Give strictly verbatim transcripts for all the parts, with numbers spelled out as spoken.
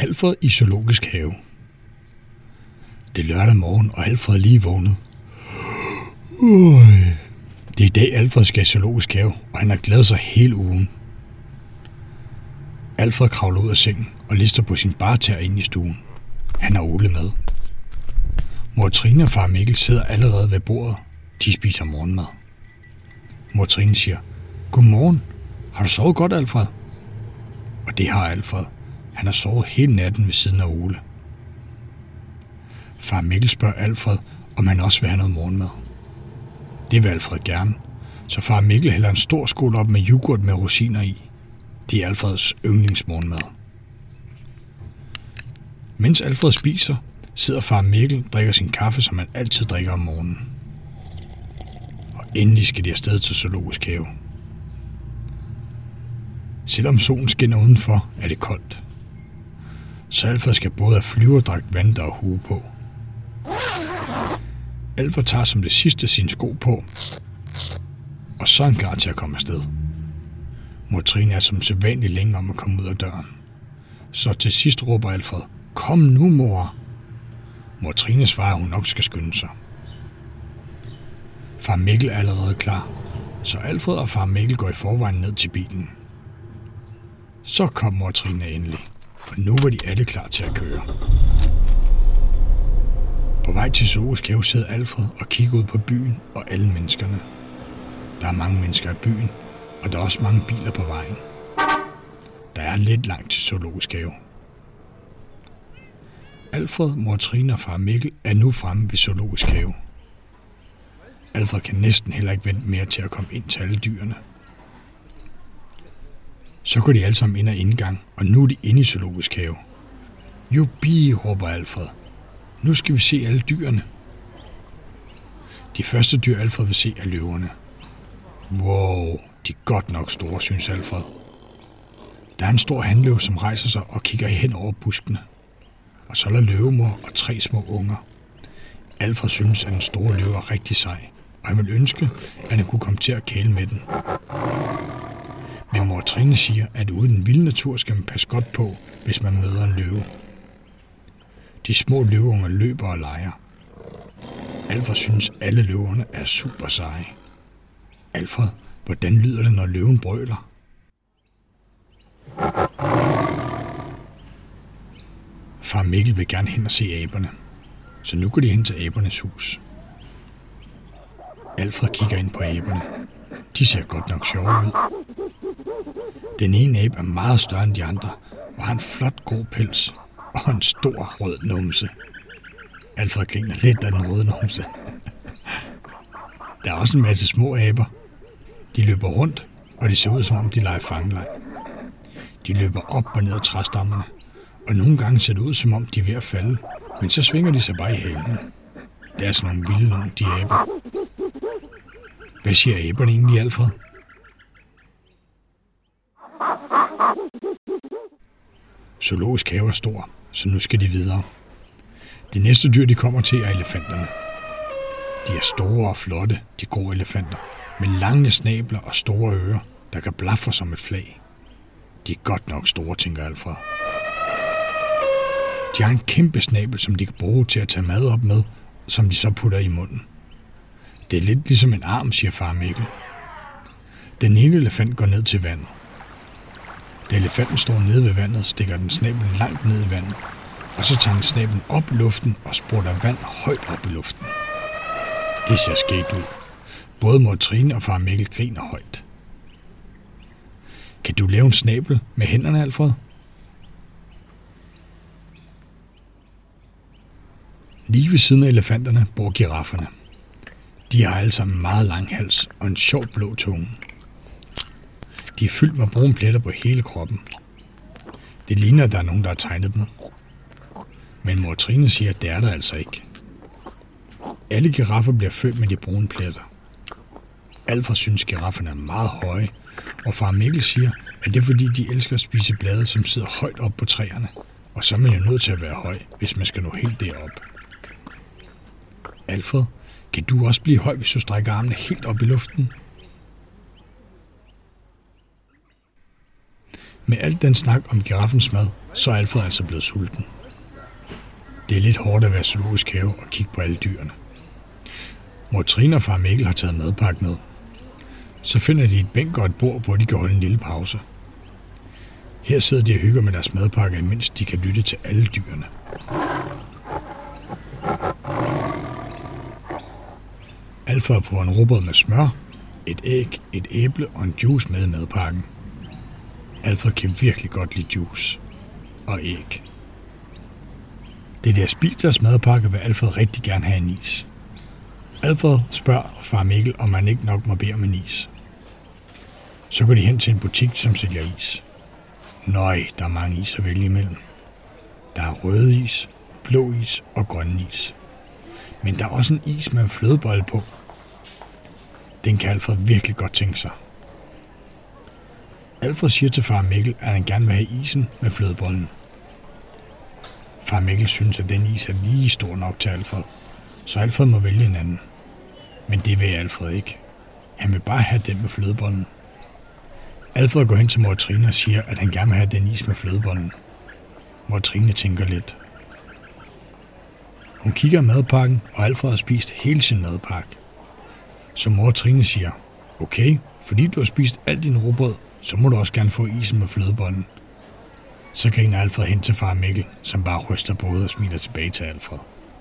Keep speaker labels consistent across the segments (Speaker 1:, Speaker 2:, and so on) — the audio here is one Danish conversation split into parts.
Speaker 1: Alfred i zoologisk have. Det er lørdag morgen, og Alfred er lige vågnet. Øj. Det er i dag, Alfred skal i zoologisk have, og han har glædet sig hele ugen. Alfred kravler ud af sengen og lister på sin bartær ind i stuen. Han har Ole med. Mor Trine og far Mikkel sidder allerede ved bordet. De spiser morgenmad. Mor Trine siger, godmorgen. Har du sovet godt, Alfred? Og det har Alfred. Han har sovet hele natten ved siden af Ole. Far Mikkel spørger Alfred, om han også vil have noget morgenmad. Det vil Alfred gerne, så far Mikkel hælder en stor skål op med yoghurt med rosiner i. Det er Alfreds yndlingsmorgenmad. Mens Alfred spiser, sidder far Mikkel og drikker sin kaffe, som han altid drikker om morgenen. Og endelig skal de afsted til zoologisk have. Selvom solen skinner udenfor, er det koldt. Så Alfred skal både have flyverdragt, vanter og hue på. Alfred tager som det sidste sine sko på, og så er han klar til at komme afsted. Mor Trine er som sædvanligt længe om at komme ud af døren. Så til sidst råber Alfred, kom nu, mor. Mor Trine svarer, at hun nok skal skynde sig. Far Mikkel er allerede klar, så Alfred og far Mikkel går i forvejen ned til bilen. Så kom mor Trine endelig, og nu var de alle klar til at køre. På vej til zoologisk have sidder Alfred og kigger ud på byen og alle menneskerne. Der er mange mennesker i byen, og der er også mange biler på vejen. Der er lidt langt til zoologisk have. Alfred, mor Trine og far Mikkel er nu fremme ved zoologisk have. Alfred kan næsten heller ikke vente mere til at komme ind til alle dyrene. Så går de alle sammen ind ad indgang, og nu er de inde i zoologisk have. Jubi, råber Alfred. Nu skal vi se alle dyrene. De første dyr, Alfred vil se, er løverne. Wow, de er godt nok store, synes Alfred. Der er en stor hanløve, som rejser sig og kigger hen over buskene. Og så er der løvemor og tre små unger. Alfred synes, at den store løve er rigtig sej, og han vil ønske, at han kunne komme til at kæle med den. Men mor Trine siger, at ude i den vilde natur skal man passe godt på, hvis man møder en løve. De små løveunger løber og leger. Alfred synes, at alle løverne er super seje. Alfred, hvordan lyder det, når løven brøler? Far Mikkel vil gerne hen og se aberne, så nu går de hen til abernes hus. Alfred kigger ind på aberne. De ser godt nok sjove ud. Den ene abe er meget større end de andre, og har en flot grå pels og en stor rød numse. Alfred griner lidt af den røde numse. Der er også en masse små aber. De løber rundt, og de ser ud som om de leger fangeleg. De løber op og ned ad træstammerne, og nogle gange ser det ud som om de er ved at falde, men så svinger de sig bare i halen. Det er sådan nogle vilde nogle, de aber. Hvad siger aberne egentlig, Alfred? Zoologisk have er stor, så nu skal de videre. De næste dyr, de kommer til, er elefanterne. De er store og flotte, de grå elefanter, med lange snabler og store ører, der kan blafre som et flag. De er godt nok store, tænker Alfred. De har en kæmpe snabel, som de kan bruge til at tage mad op med, som de så putter i munden. Det er lidt ligesom en arm, siger far Mikkel. Den ene elefant går ned til vandet. Da elefanten står nede ved vandet, stikker den snablen langt ned i vandet, og så tager den snablen op i luften og sprutter vand højt op i luften. Det ser skægt ud. Både mor Trine og far Mikkel griner højt. Kan du lave en snabel med hænderne, Alfred? Lige ved siden af elefanterne bor girafferne. De har alle sammen en meget lang hals og en sjov blå tunge. De er fyldt med brune pletter på hele kroppen. Det ligner, at der er nogen, der har tegnet dem. Men mor Trine siger, at det er der altså ikke. Alle giraffer bliver født med de brune pletter. Alfred synes, girafferne er meget høje, og far Mikkel siger, at det er fordi, de elsker at spise blade, som sidder højt op på træerne, og så er man jo nødt til at være høj, hvis man skal nå helt derop. Alfred, kan du også blive høj, hvis du strækker armene helt op i luften? Med alt den snak om giraffens mad, så er Alfred altså blevet sulten. Det er lidt hårdt at være zoologisk have og kigge på alle dyrene. Mor Trine og far Mikkel har taget madpakke med. Så finder de et bænk og et bord, hvor de kan holde en lille pause. Her sidder de og hygger med deres madpakker, imens de kan lytte til alle dyrene. Alfred får en rugbrød med smør, et æg, et æble og en juice med i madpakken. Alfred kan virkelig godt lide juice og æg. Det der spist deres madpakke vil Alfred rigtig gerne have en is. Alfred spørger far Mikkel, om man ikke nok må bede om en is. Så går de hen til en butik, som sælger is. Nøj, der er mange is at vælge imellem. Der er røde is, blå is og grønne is. Men der er også en is med en flødebolle på. Den kan Alfred virkelig godt tænke sig. Alfred siger til far Mikkel, at han gerne vil have isen med flødebollen. Far Mikkel synes, at den is er lige stor nok til Alfred, så Alfred må vælge en anden. Men det vil Alfred ikke. Han vil bare have den med flødebollen. Alfred går hen til mor Trine og siger, at han gerne vil have den is med flødebollen. Mor Trine tænker lidt. Hun kigger i madpakken, og Alfred har spist hele sin madpakke. Så mor Trine siger, okay, fordi du har spist alt din rugbrød, så må du også gerne få isen med flødebollen. Så griner Alfred hen til far Mikkel, som bare ryster på hovedet og smiler tilbage til Alfred.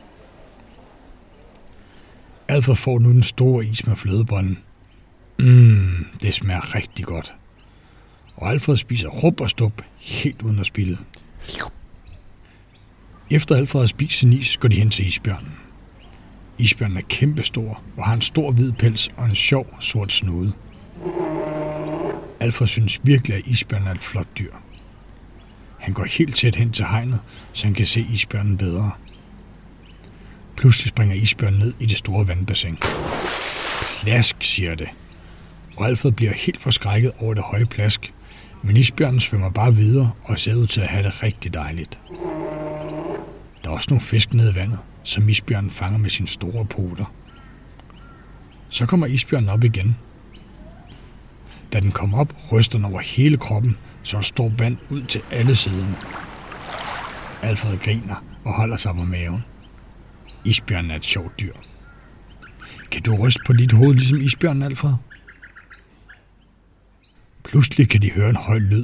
Speaker 1: Alfred får nu den store is med flødebollen. Mmm, det smager rigtig godt. Og Alfred spiser rup og stup, helt uden at spilde. Efter Alfred har spist sin is, går de hen til isbjørnen. Isbjørnen er kæmpestor og har en stor hvid pels og en sjov sort snude. Alfred synes virkelig, at isbjørnen er et flot dyr. Han går helt tæt hen til hegnet, så han kan se isbjørnen bedre. Pludselig springer isbjørnen ned i det store vandbassin. Plask, siger det. Og Alfred bliver helt forskrækket over det høje plask, men isbjørnen svømmer bare videre og ser ud til at have det rigtig dejligt. Der er også nogle fisk nede i vandet, som isbjørnen fanger med sine store poter. Så kommer isbjørnen op igen. Da den kommer op, ryster den over hele kroppen, så der står vand ud til alle siderne. Alfred griner og holder sig på maven. Isbjørnen er et sjovt dyr. Kan du ryste på dit hoved ligesom isbjørnen, Alfred? Pludselig kan de høre en høj lyd.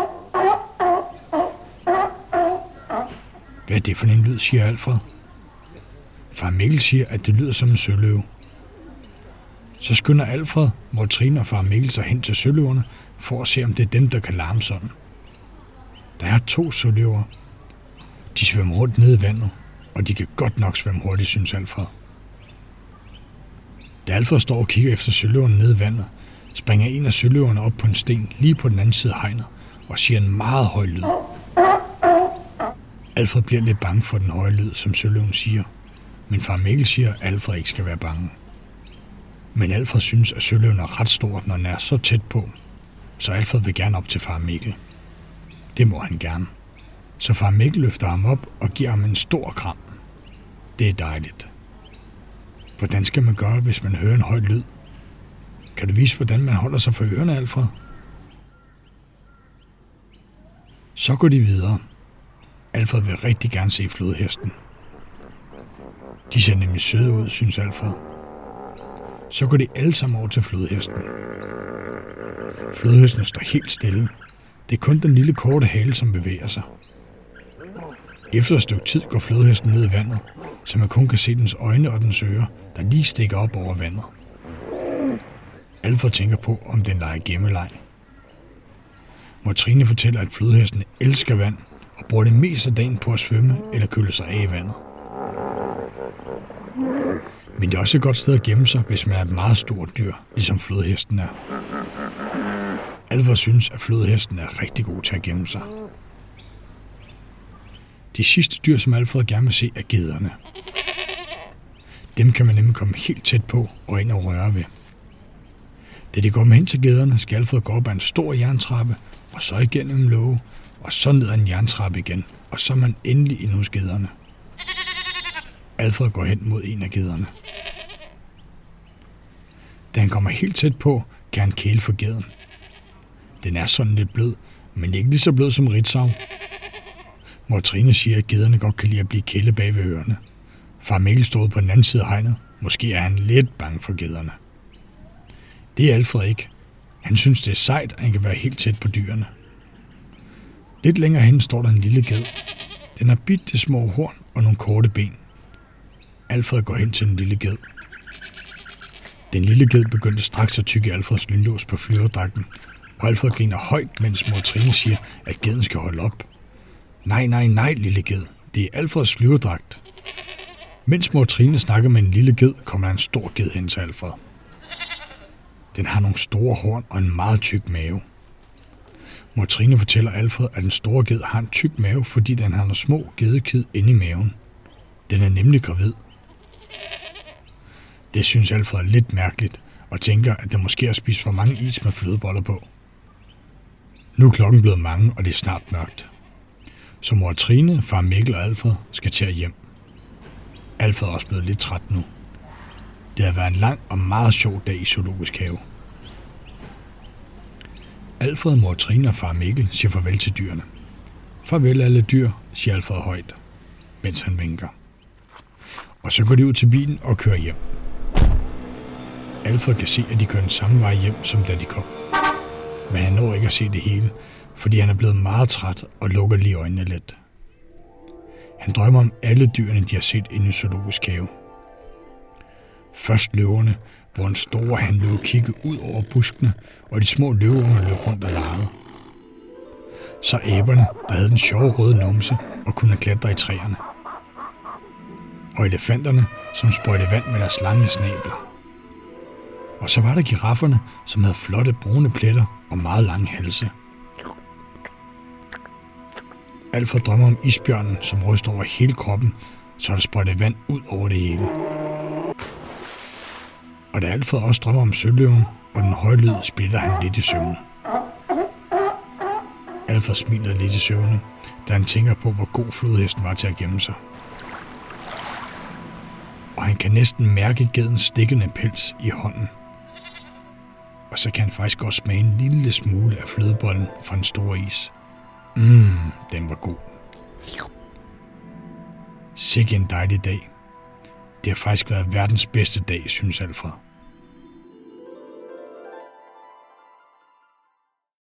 Speaker 1: Hvad er det for en lyd, siger Alfred. Far Mikkel siger, at det lyder som en søløve. Så skynder Alfred, mor Trine og far Mikkel sig hen til søløverne, for at se, om det er dem, der kan larme sådan. Der er to søløver. De svømmer rundt ned i vandet, og de kan godt nok svømme hurtigt, synes Alfred. Da Alfred står og kigger efter søløverne ned i vandet, springer en af søløverne op på en sten lige på den anden side af hegnet og siger en meget høj lyd. Alfred bliver lidt bange for den høje lyd, som søløven siger, men far Mikkel siger, at Alfred ikke skal være bange. Men Alfred synes, at søløven er ret stor, når den er så tæt på, så Alfred vil gerne op til far Mikkel. Det må han gerne. Så far Mikkel løfter ham op og giver ham en stor kram. Det er dejligt. Hvordan skal man gøre, hvis man hører en høj lyd? Kan du vise, hvordan man holder sig for ørerne, Alfred? Så går de videre. Alfred vil rigtig gerne se flodhesten. De ser nemlig søde ud, synes Alfred. Så går de alle sammen over til flodhesten. Flodhesten står helt stille. Det er kun den lille korte hale, som bevæger sig. Efter et stykke tid går flodhesten ned i vandet, så man kun kan se dens øjne og dens ører, der lige stikker op over vandet. Alfred tænker på, om den leger gemmeleg. Mor Trine fortæller, at flodhesten elsker vand og bruger det meste af dagen på at svømme eller køle sig af i vandet. Men det er også et godt sted at gemme sig, hvis man er et meget stort dyr, ligesom flodhesten er. Alfred synes, at flodhesten er rigtig god til at gemme sig. De sidste dyr, som Alfred gerne vil se, er gederne. Dem kan man nemlig komme helt tæt på og ind og røre ved. Da de kommer hen til gederne, skal Alfred gå op ad en stor jerntrappe, og så igennem en låge, og så ned ad en jerntrappe igen, og så er man endelig inde hos gederne. Alfred går hen mod en af gederne. Da han kommer helt tæt på, kan han kæle for geden. Den er sådan lidt blød, men ikke lige så blød som Ritzau. Mor Trine siger, at gederne godt kan lide at blive kældet bag ved ørerne. Far Mikkel stod på den anden side af hegnet. Måske er han lidt bange for gederne. Det er Alfred ikke. Han synes, det er sejt, at han kan være helt tæt på dyrene. Lidt længere hen står der en lille ged. Den har bitte små horn og nogle korte ben. Alfred går hen til den lille ged. Den lille ged begyndte straks at tygge Alfreds lynlås på flyverdragten, og Alfred griner højt, mens mor Trine siger, at geden skal holde op. Nej, nej, nej, lille ged. Det er Alfreds flyverdragt. Mens mor Trine snakker med en lille ged, kommer der en stor ged hen til Alfred. Den har nogle store horn og en meget tyk mave. Mor Trine fortæller Alfred, at den store ged har en tyk mave, fordi den har nogle små gedekid inde i maven. Den er nemlig gravid. Det synes Alfred er lidt mærkeligt, og tænker, at der måske har spist for mange is med flødeboller på. Nu er klokken blevet mange, og det er snart mørkt. Så mor Trine, far Mikkel og Alfred skal til hjem. Alfred er også blevet lidt træt nu. Det har været en lang og meget sjov dag i Zoologisk Have. Alfred, mor Trine og far Mikkel siger farvel til dyrene. Farvel alle dyr, siger Alfred højt, mens han vinker. Og så går de ud til bilen og kører hjem. Alfred kan se, at de kører den samme vej hjem, som da de kom. Men han når ikke at se det hele, fordi han er blevet meget træt og lukker lige øjnene let. Han drømmer om alle dyrene, de har set inde i Zoologisk Have. Først løverne, hvor en stor han lå kigge ud over buskene, og de små løveunger løb rundt og legede. Så æberne, der havde den sjove røde numse og kunne klatre i træerne. Og elefanterne, som sprøjtede vand med deres lange snabler. Og så var der girafferne, som havde flotte brune pletter og meget lange halse. Alfred drømmer om isbjørnen, som ryster over hele kroppen, så der sprøjtede vand ud over det hele. Og da Alfred også drømmer om søløven, og den høje lyd splitter han lidt i søvne. Alfred smiler lidt i søvne, da han tænker på, hvor god flodhesten var til at gemme sig. Og han kan næsten mærke gedens stikkende pels i hånden. Og så kan han faktisk også smage en lille smule af flødebollen fra den store is. Mmm, den var god. Sikke en dejlig dag. Det har faktisk været verdens bedste dag, synes Alfred.